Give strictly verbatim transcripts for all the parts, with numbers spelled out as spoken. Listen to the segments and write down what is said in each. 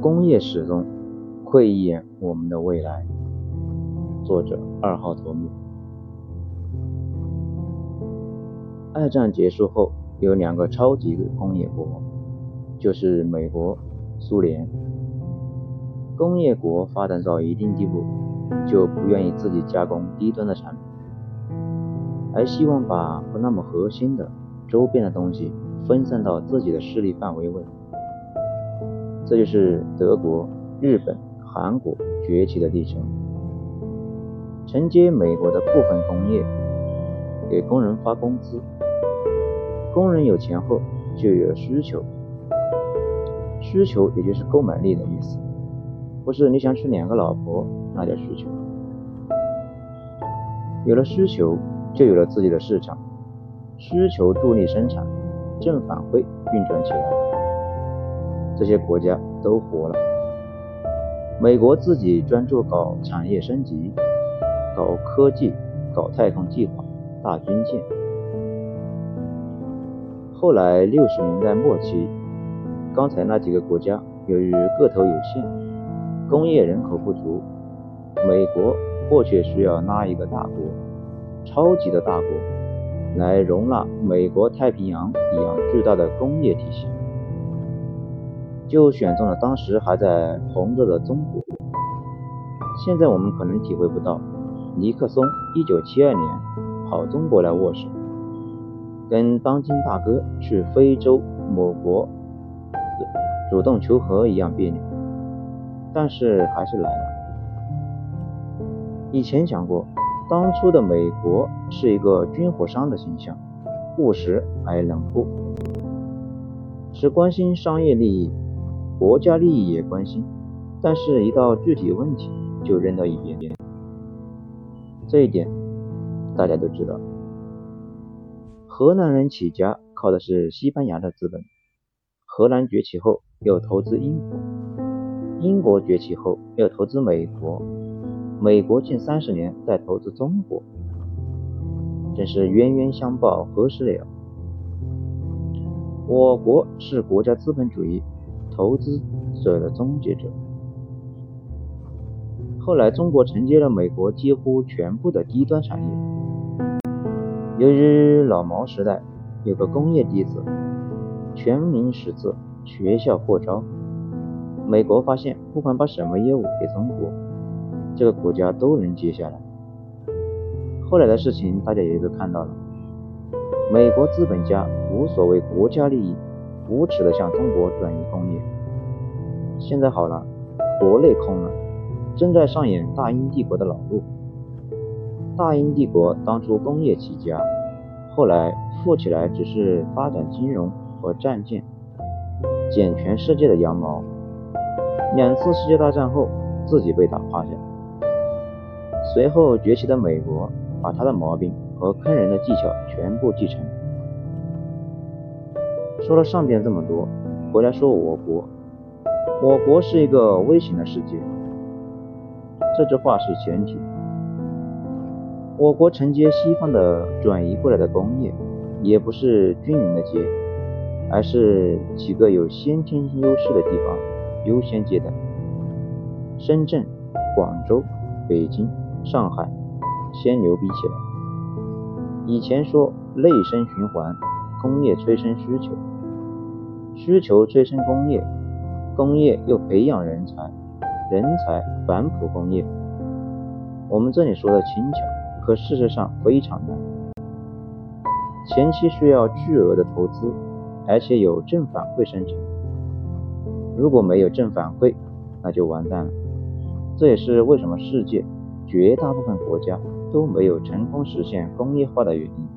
工业始终会一眼我们的未来。作者二号头目。二战结束后，有两个超级工业国，就是美国、苏联。工业国发展到一定地步，就不愿意自己加工低端的产品，而希望把不那么核心的周边的东西分散到自己的势力范围内。这就是德国、日本、韩国崛起的历程。承接美国的部分工业，给工人发工资，工人有钱后就有需求，需求也就是购买力的意思，不是你想娶两个老婆那叫需求。有了需求就有了自己的市场，需求助力生产，正反馈运转起来，这些国家都活了。美国自己专注搞产业升级，搞科技，搞太空计划，大军舰。后来六十年代末期，刚才那几个国家由于个头有限，工业人口不足，美国迫切需要拉一个大国，超级的大国，来容纳美国太平洋一样巨大的工业体系，就选中了当时还在红热的中国。现在我们可能体会不到，尼克松一九七二年跑中国来握手，跟当今大哥去非洲某国主动求和一样别扭，但是还是来了。以前讲过，当初的美国是一个军火商的形象，务实而冷酷，只关心商业利益，国家利益也关心，但是一到具体问题就扔到一边。这一点大家都知道。荷兰人起家靠的是西班牙的资本，荷兰崛起后又投资英国，英国崛起后又投资美国，美国近三十年在投资中国，真是冤冤相报何时了。我国是国家资本主义投资者的终结者。后来中国承接了美国几乎全部的低端产业。由于老毛时代有个工业弟子，全民识字，学校扩招，美国发现不管把什么业务给中国，这个国家都能接下来。后来的事情大家也都看到了，美国资本家无所谓国家利益，无耻地向中国转移工业。现在好了，国内空了，正在上演大英帝国的老路。大英帝国当初工业起家，后来富起来只是发展金融和战舰，捡全世界的羊毛。两次世界大战后自己被打趴下，随后崛起的美国把他的毛病和坑人的技巧全部继承。说了上边这么多，回来说我国，我国是一个微型的世界，这句话是前提。我国承接西方的转移过来的工业，也不是均匀的接，而是几个有先天优势的地方优先接的。深圳、广州、北京、上海先牛逼起来。以前说内生循环，工业催生需求，需求催生工业，工业又培养人才，人才反哺工业。我们这里说的轻巧，可事实上非常难。前期需要巨额的投资，而且有正反馈生成。如果没有正反馈，那就完蛋了。这也是为什么世界绝大部分国家都没有成功实现工业化的原因。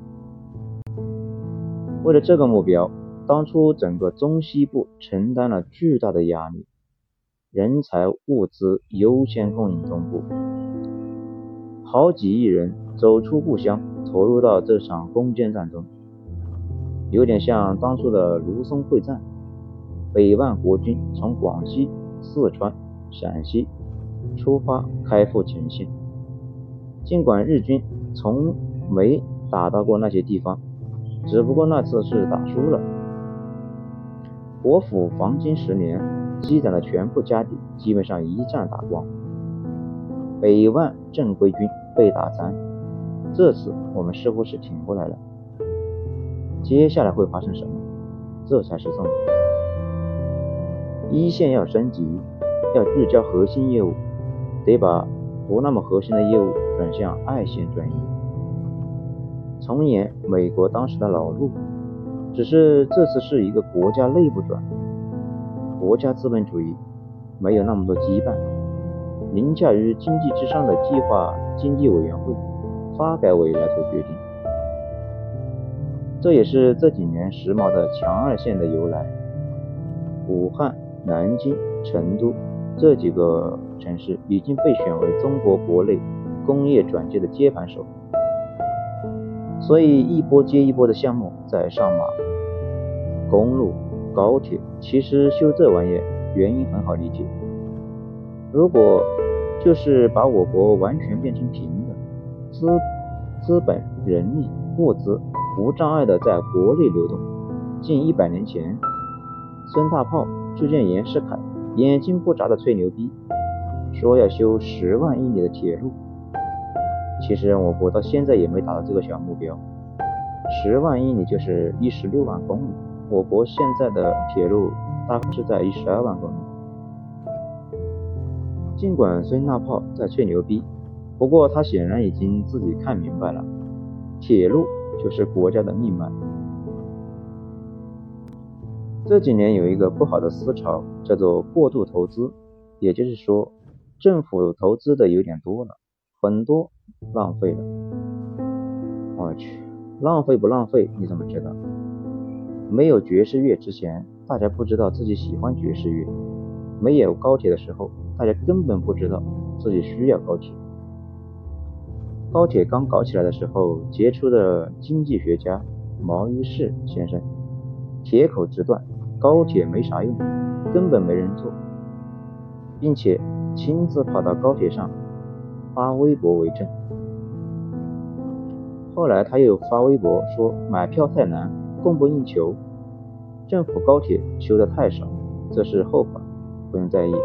为了这个目标，当初整个中西部承担了巨大的压力，人才物资优先供应中部，好几亿人走出故乡，投入到这场攻坚战中，有点像当初的卢淞会战。北万国军从广西、四川、陕西出发开赴前线，尽管日军从没打到过那些地方，只不过那次是打输了。国府黄金十年， 积攒的全部家底基本上一战打光，北万正规军被打残。这次我们似乎是挺过来了，接下来会发生什么？这才是重点。一线要升级，要聚焦核心业务，得把不那么核心的业务转向二线专业。重演美国当时的老路，只是这次是一个国家内部转，国家资本主义没有那么多羁绊，凌驾于经济之上的计划经济委员会、发改委来做决定。这也是这几年时髦的强二线的由来。武汉、南京、成都这几个城市已经被选为中国国内工业转接的接盘手，所以一波接一波的项目在上马。公路、高铁，其实修这玩意原因很好理解，如果就是把我国完全变成平的，资资本、人力、物资无障碍的在国内流动。近一百年前，孙大炮就见严世凯眼睛不眨的吹牛逼，说要修十万英里的铁路。其实我国到现在也没达到这个小目标，十万英里就是一十六万公里，我国现在的铁路大概是在一十二万公里。尽管孙大炮在吹牛逼，不过他显然已经自己看明白了，铁路就是国家的命脉。这几年有一个不好的思潮，叫做过度投资，也就是说政府投资的有点多了，很多浪费了。我去，浪费不浪费你怎么知道？没有爵士乐之前，大家不知道自己喜欢爵士乐；没有高铁的时候，大家根本不知道自己需要高铁。高铁刚搞起来的时候，杰出的经济学家毛于轼先生铁口直断，高铁没啥用，根本没人坐，并且亲自跑到高铁上发微博为证。后来他又发微博说买票太难，供不应求，政府高铁修得太少，这是后话，不用在意。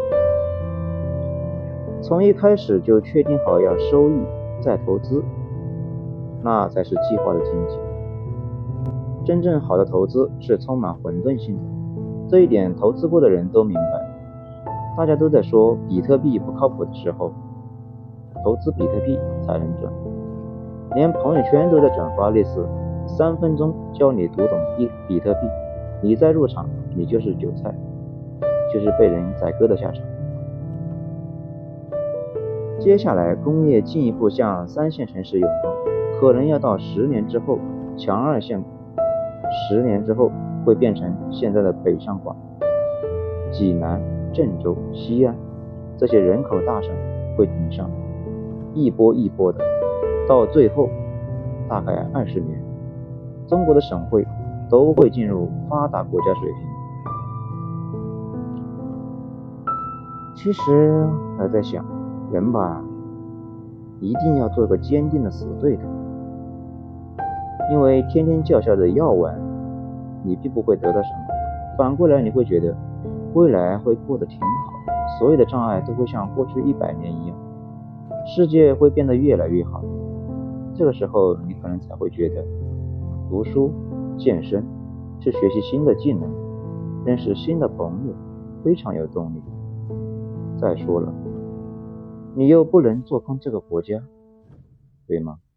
从一开始就确定好要收益再投资，那才是计划的经济。真正好的投资是充满混沌性的，这一点投资过的人都明白。大家都在说比特币不靠谱的时候，投资比特币才能赚。连朋友圈都在转发类似三分钟教你读懂比比特币，你再入场你就是韭菜，就是被人宰割的下场。接下来工业进一步向三线城市涌动，可能要到十年之后，强二线十年之后会变成现在的北上广、济南、郑州、西安这些人口大省会顶上，一波一波的，到最后大概二十年，中国的省会都会进入发达国家水平。其实还在想，人吧，一定要做个坚定的死对头，因为天天叫嚣着要玩，你并不会得到什么，反过来你会觉得未来会过得挺好，所有的障碍都会像过去一百年一样，世界会变得越来越好。这个时候你可能才会觉得读书、健身，去学习新的技能，认识新的朋友非常有动力。再说了，你又不能做空这个国家，对吗？